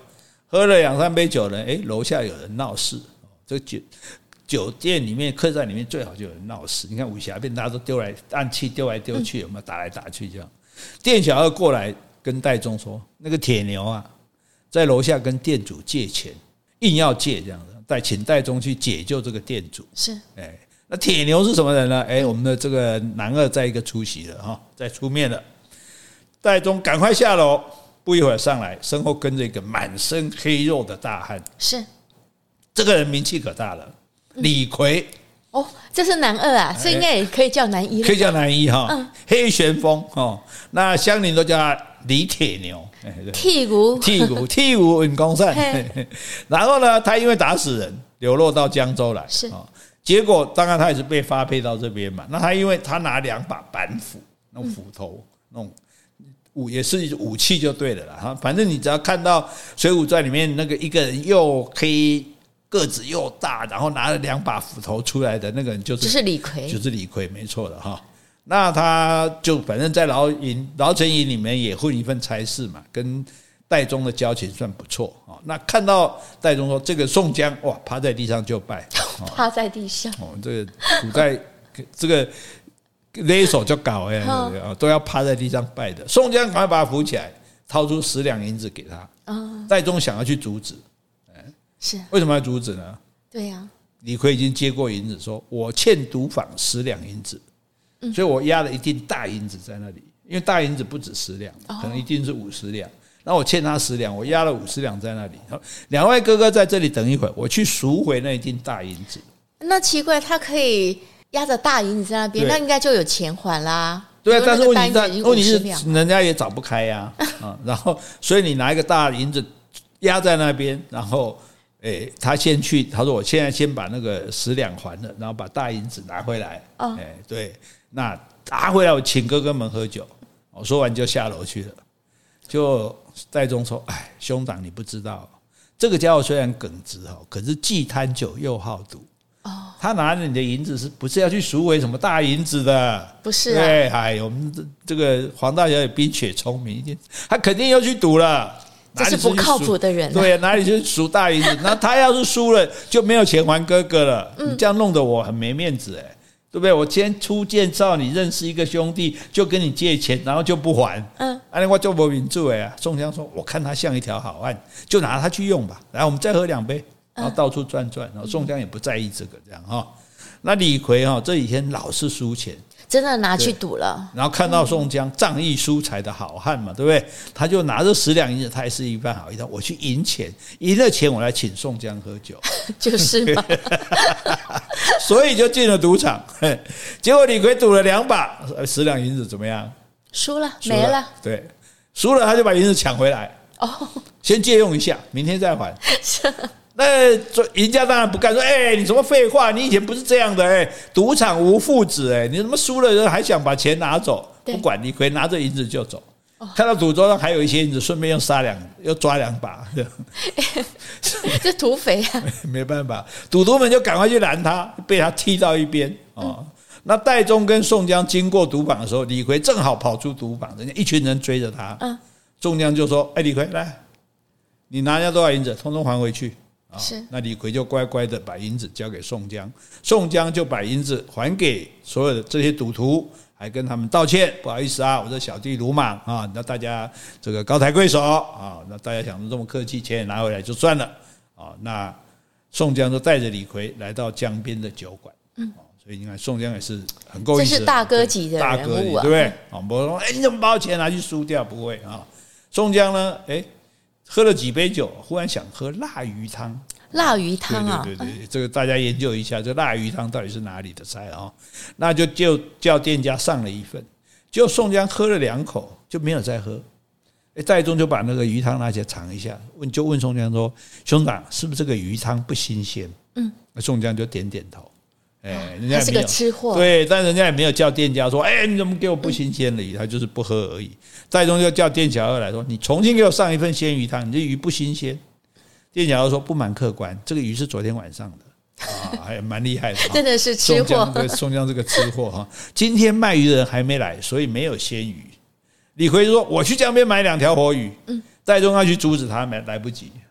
喝了两三杯酒呢，哎，楼下有人闹事，这个酒酒店里面、客栈里面最好就有人闹事。你看武侠片，大家都丢来暗器丢来丢去，有没有打来打去这样？店小二过来跟戴宗说，那个铁牛啊，在楼下跟店主借钱，硬要借这样子，带请戴宗去解救这个店主。 是， 哎，那铁牛是什么人呢？哎，我们的这个男二再一个出席了哈，再出面了。戴宗赶快下楼，不一会儿上来，身后跟着一个满身黑肉的大汉。 是， 这个人名气可大了，李逵。 哦，这是男二啊，这应该也可以叫男一了， 可以叫男一哈。 嗯， 黑旋风哦，那乡邻都叫他李铁牛。 剔骨， 剔骨，剔骨稳功善。然后呢，他因为打死人，流落到江州来。 是， 结果当然他也是被发配到这边嘛。那他因为他拿两把板斧，那种斧头，那种武也是武器就对了啦。反正你只要看到《水浒传》里面那个一个人又黑。个子又大，然后拿了两把斧头出来的那个人就是就是李逵， 就是李逵，没错的哈。那他就反正在牢营牢城营里面也混一份差事嘛，跟戴宗的交情算不错啊。那看到戴宗说这个宋江哇，趴在地上就拜， 趴在地上哦，这个古代这个勒手就搞哎，都要趴在地上拜的。宋江赶快把他扶起来，掏出十两银子给他。嗯，戴宗想要去阻止。 是为什么要阻止呢？ 对呀、啊， 李逵已经接过银子，说我欠赌坊十两银子，嗯、所以我押了一定大银子在那里，因为大银子不止十两，哦、可能一定是五十两。那我欠他十两，我押了五十两在那里。两位哥哥在这里等一会儿，我去赎回那一定大银子。 那奇怪，他可以押着大银子在那边，那应该就有钱还啦。 对啊，但是问题是，问题是人家也找不开呀、啊，啊，然后所以你拿一个大银子压在那边，然后。哎，他先去，他说我现在先把那个十两还了，然后把大银子拿回来。哦，哎，对，那拿回来我请哥哥们喝酒。我说完就下楼去了。就戴宗说：“哎，兄长你不知道，这个家伙虽然耿直哈，可是既贪酒又好赌。哦，他拿着你的银子是不是要去赎回什么大银子的？ 不是、啊。 对，哎，我们这个黄大小姐冰雪聪明一点，他肯定要去赌了。” 这是不靠谱的人、啊。 对，哪里去赎大银子？那他要是输了，就没有钱还哥哥了。嗯、你这样弄得我很没面子，哎，对不对？我先初见绍你认识一个兄弟，就跟你借钱，然后就不还。嗯，安尼我就没面子哎。宋江说：“我看他像一条好汉，就拿他去用吧。来，我们再喝两杯，然后到处转转。然后宋江也不在意这个，这样哈。那李逵哈这几天老是输钱。 真的拿去赌了， 然后看到宋江仗义疏财的好汉嘛，对不对？他就拿着十两银子，他也是一番好意，我去赢钱，赢了钱我来请宋江喝酒， 就是嘛。 所以就进了赌场，结果李逵赌了两把，十两银子怎么样？ 输了，没了。 对，输了他就把银子抢回来，哦，先借用一下，明天再还。是。那赢家当然不干，说：“哎、欸，你什么废话？你以前不是这样的哎、欸，赌场无父子哎、欸，你怎么输了人还想把钱拿走？不管李逵拿着银子就走。哦、看到赌桌上还有一些银子，顺便又杀两，又抓两把。 欸、这土匪啊！ 没办法，赌徒们就赶快去拦他，被他踢到一边哦。嗯、那戴宗跟宋江经过赌坊的时候，李逵正好跑出赌坊，人家一群人追着他。嗯、宋江就说：‘哎、欸，李逵来，你拿人家多少银子，通通还回去。’是，那李逵就乖乖的把银子交给宋江，宋江就把银子还给所有的这些赌徒，还跟他们道歉，不好意思啊，我这小弟鲁莽啊，那大家这个高抬贵手啊，那大家想着这么客气，钱也拿回来就算了啊。那宋江就带着李逵来到江边的酒馆，嗯，所以你看宋江也是很够意思的， 这是大哥级的人物啊， 对不对？啊，不会说哎，你怎么把我钱拿去输掉？不会啊。宋江呢，哎。喝了几杯酒，忽然想喝腊鱼汤。 腊鱼汤啊， 对对对对，这个大家研究一下，这腊鱼汤到底是哪里的菜啊？那就就叫店家上了一份，结果宋江喝了两口就没有再喝。哎，戴宗就把那个鱼汤拿起来尝一下，问就问宋江说：“兄长，是不是这个鱼汤不新鲜？”嗯，宋江就点点头。哎，人家他是个吃货， 对，但人家也没有叫店家说：“哎，你怎么给我不新鲜的鱼？”他就是不喝而已。戴宗就叫店小二来说：“你重新给我上一份鲜鱼汤，你这鱼不新鲜。”店小二说：“不瞒客官，这个鱼是昨天晚上的啊，还蛮厉害的， 真的是吃货。 对，宋江这个吃货哈，今天卖鱼的人还没来，所以没有鲜鱼。”李逵说：“我去江边买两条活鱼。”嗯，戴宗要去阻止他，没来不及啊。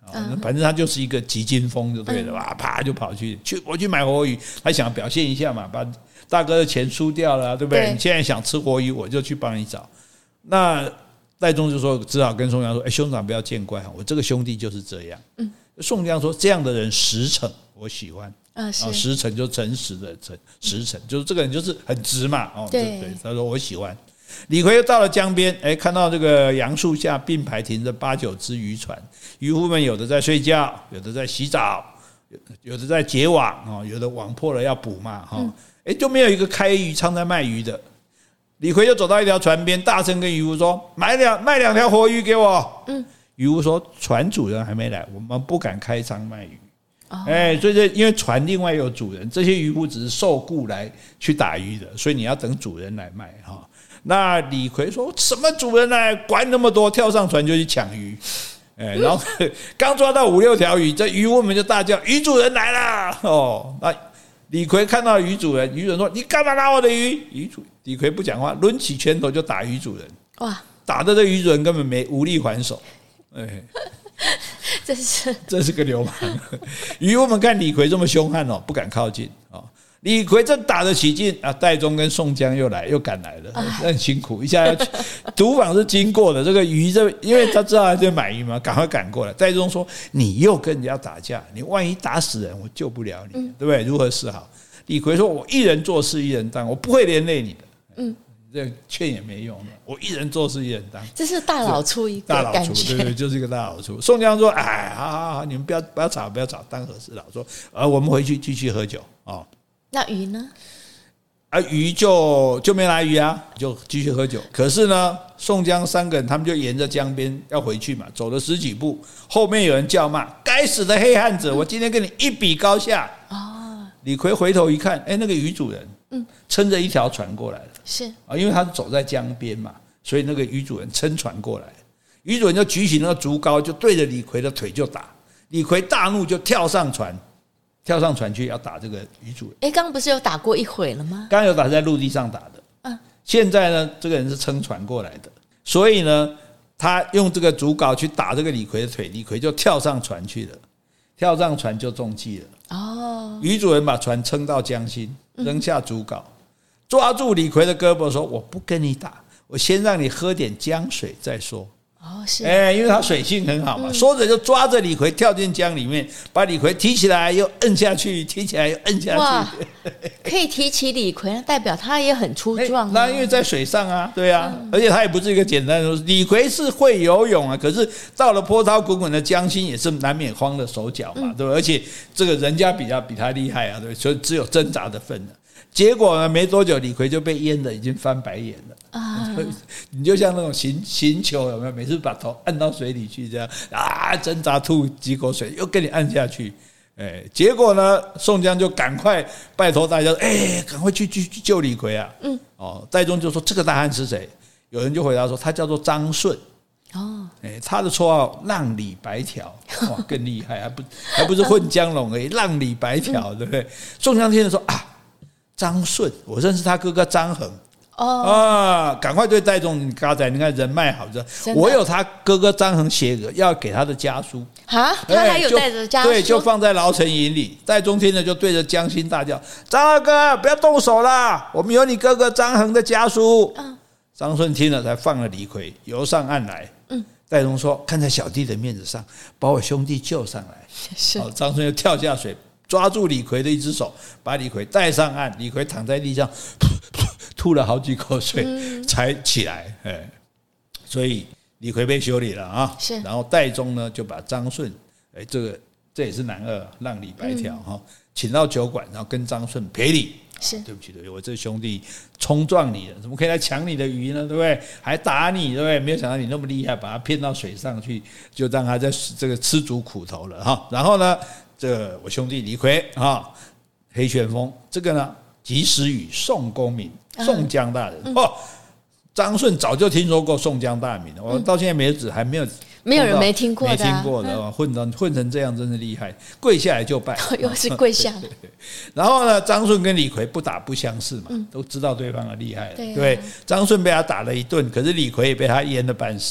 嗯、反正他就是一个急惊风就对了，哇，啪就跑去去我去买活鱼，他想表现一下嘛，把大哥的钱输掉了、啊，对不对？对，你现在想吃活鱼，我就去帮你找。那戴宗就说，只好跟宋江说：“哎，兄长不要见怪，我这个兄弟就是这样。”嗯，宋江说：“这样的人实诚，我喜欢。”啊，实诚就诚实的诚，实诚就是这个人就是很直嘛。哦，对对，他说我喜欢。李逵又到了江边，哎，看到这个杨树下并排停着八九只渔船，渔夫们有的在睡觉，有的在洗澡，有的在结网，有的网破了要补嘛，哈，哎，就没有一个开渔仓在卖鱼的。李逵就走到一条船边，大声跟渔夫说：“买两卖两条活鱼给我。”嗯，渔夫说：“船主人还没来，我们不敢开仓卖鱼。”哎、哦，所以这因为船另外有主人，这些渔夫只是受雇来去打鱼的，所以你要等主人来卖哈。那李逵说什么主人来，管那么多，跳上船就去抢鱼。哎，然后刚抓到五六条鱼，这渔夫们就大叫：“鱼主人来了！”哦，那李逵看到鱼主人，鱼主人说：“你干嘛拿我的鱼？”鱼主李逵不讲话，抡起拳头就打鱼主人。哇！打的这鱼主人根本没无力还手。哎。 这是这是个流氓，渔夫们看李逵这么凶悍哦，不敢靠近哦。李逵正打得起劲啊，戴宗跟宋江又来又赶来了，很辛苦。一下要去赌坊是经过的，这个鱼这因为他知道他在买鱼嘛，赶快赶过来。戴宗说：“你又跟人家打架，你万一打死人，我救不了你，嗯、对不对？如何是好？”李逵说：“我一人做事一人当，我不会连累你的。”嗯。这劝也没用了，我一人做事一人当， 这是大老粗一个大老粗，对对，就是一个大老粗。宋江说：“哎，好好好，你们不要不要吵，不要吵，当和事佬。说，呃，我们回去继续喝酒哦。 那鱼呢？ 啊，鱼就就没来鱼啊，就继续喝酒。可是呢，宋江三个人他们就沿着江边要回去嘛，走了十几步，后面有人叫骂：‘该死的黑汉子！我今天跟你一比高下！’哦，李逵回头一看，哎，那个鱼主人。嗯，撑着一条船过来了， 是啊，因为他是走在江边嘛，所以那个渔主人撑船过来，渔主人就举起那个竹篙，就对着李逵的腿就打。李逵大怒，就跳上船，跳上船去要打这个渔主人。 哎，刚刚不是有打过一回了吗？ 刚刚有打在陆地上打的，嗯，现在呢，这个人是撑船过来的，所以呢，他用这个竹篙去打这个李逵的腿，李逵就跳上船去了，跳上船就中计了。哦，渔主人把船撑到江心，扔下竹篙，抓住李逵的胳膊说：“我不跟你打，我先让你喝点江水再说。”哦，是，哎，因为他水性很好嘛，嗯、说着就抓着李逵跳进江里面，把李逵提起来又摁下去，提起来又摁下去。哇， 可以提起李逵，代表他也很粗壮、啊。 那因为在水上啊，对啊，嗯、而且他也不是一个简单的。李逵是会游泳啊，可是到了波涛滚滚的江心，也是难免慌了手脚嘛，嗯、对吧？而且这个人家比较比他厉害啊，对，所以只有挣扎的份了。结果呢，没多久，李逵就被淹得已经翻白眼了啊！你就像那种行行球，有没有？每次把头按到水里去，这样啊，挣扎吐几口水，又给你按下去。哎，结果呢，宋江就赶快拜托大家，哎，赶快去去去救李逵啊！嗯，哦，戴宗就说这个大汉是谁？有人就回答说，他叫做张顺。哦，哎，他的绰号浪里白条，哇，更厉害，还不还不是混江龙而已，浪里白条，对不对？宋江听了说啊。张顺，我认识他哥哥张衡。哦啊，赶快对戴宗，你刚才你看人脉好着，我有他哥哥张衡写个要给他的家书啊，他还有带着家书， 对，就放在牢城营里。戴宗听了就对着江心大叫：“张二哥，不要动手啦，我们有你哥哥张衡的家书。”嗯，张顺听了才放了李逵，游上岸来。嗯，戴宗说：“看在小弟的面子上，把我兄弟救上来。”是，哦，张顺就跳下水。抓住李逵的一只手，把李逵带上岸。李逵躺在地上，吐了好几口水才起来。哎，所以李逵被修理了啊。是，然后戴宗呢就把张顺，哎，这个这也是男二，浪里白条哈，请到酒馆，然后跟张顺赔礼。是，对不起，对不起，我这兄弟冲撞你了，怎么可以来抢你的鱼呢？对不对？还打你，对不对？没有想到你那么厉害，把他骗到水上去，就让他在这个吃足苦头了哈。然后呢？这个我兄弟李逵啊，黑旋风这个呢，及时雨宋公明，宋江大人、嗯、哦。张顺早就听说过宋江大名了，我到现在为止还没有没有人没听过的、 啊，没听过的、嗯、混成混成这样真是厉害，跪下来就拜， 又是跪下。 然后呢，张顺跟李逵不打不相识嘛，嗯、都知道对方的厉害了。对、啊，对，张顺被他打了一顿，可是李逵也被他淹了半死。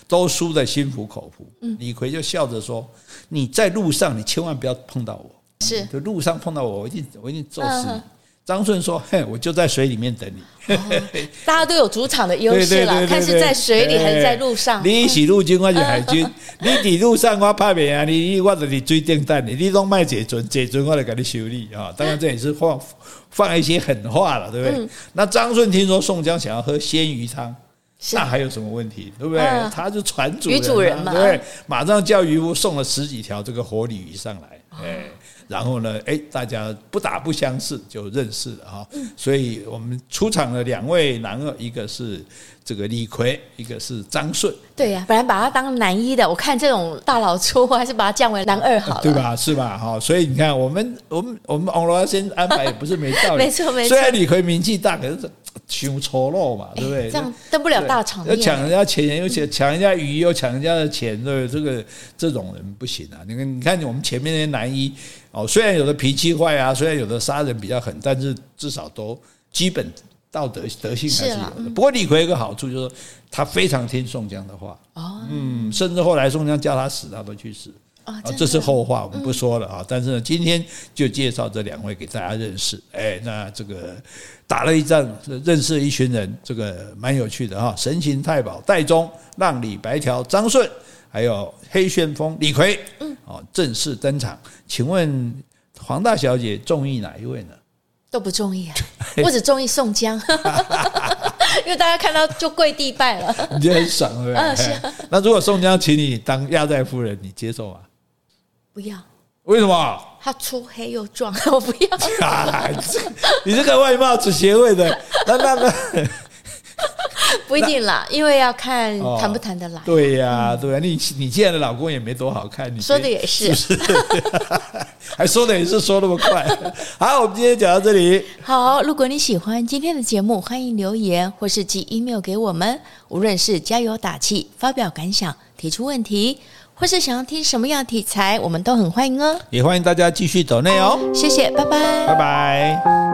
都输得心服口服。嗯、李逵就笑着说：“你在路上，你千万不要碰到我。 是， 就路上碰到我，我一定我一定揍死你。嗯”张顺说：“嘿，我就在水里面等你。哦” 大家都有主场的优势了，看是在水里还是在路上。 你是陆军，我是海军。你伫路上我拍袂啊，你我就伫水顶等你。你拢卖坐船，坐船我就给你修理啊。当然这也是放放一些狠话了，对不对？嗯、那张顺听说宋江想要喝鲜鱼汤，那还有什么问题，对不对？嗯、他是船主人、啊， 鱼主人嘛， 对不对？马上叫渔夫送了十几条这个活鲤鱼上来，哎、哦。然后呢，哎，大家不打不相识就认识了哈、嗯。所以我们出场的两位男二，一个是这个李逵，一个是张顺。 对呀、啊，本来把他当男一的，我看这种大老粗，还是把他降为男二好了， 对吧？是吧？哈，所以你看，我们我们我们王罗先安排也不是没道理， 没错没错。 虽然李逵名气大，可是凶丑陋嘛，对不对？ 这样登不了大场面， 要抢人家钱，又抢人家鱼，又抢人家的钱，对不对？这个这种人不行啊！你看，你看我们前面那些男一哦，虽然有的脾气坏啊，虽然有的杀人比较狠，但是至少都基本道德德性还是有的。嗯、不过李逵有个好处就是他非常听宋江的话，哦，嗯，甚至后来宋江叫他死，他都去死。哦，这是后话，我们不说了啊。嗯、但是呢，今天就介绍这两位给大家认识。哎，那这个打了一仗，认识了一群人，这个蛮有趣的哈。神行太保戴宗、浪里白条张顺，还有黑旋风李逵，嗯，哦，正式登场。请问黄大小姐中意哪一位呢？ 都不中意啊，我只中意宋江，因为大家看到就跪地拜了， 你觉得很爽，对不对？嗯，是啊。那如果宋江请你当压寨夫人，你接受吗？ 不要。 为什么？ 他粗黑又壮，我不要。 啊、你这个外貌只协会的，那那那。 不一定啦，因为要看谈不谈得来。哦、 对呀、啊，对呀、啊，你你现在的老公也没多好看，你说的也是， 是不是还说的也是说那么快。好，我们今天讲到这里。 好，如果你喜欢今天的节目，欢迎留言或是寄 email 给我们。无论是加油打气、发表感想、提出问题，或是想要听什么样的题材，我们都很欢迎哦。 也欢迎大家继续抖内哦。 谢谢，拜拜， 拜拜。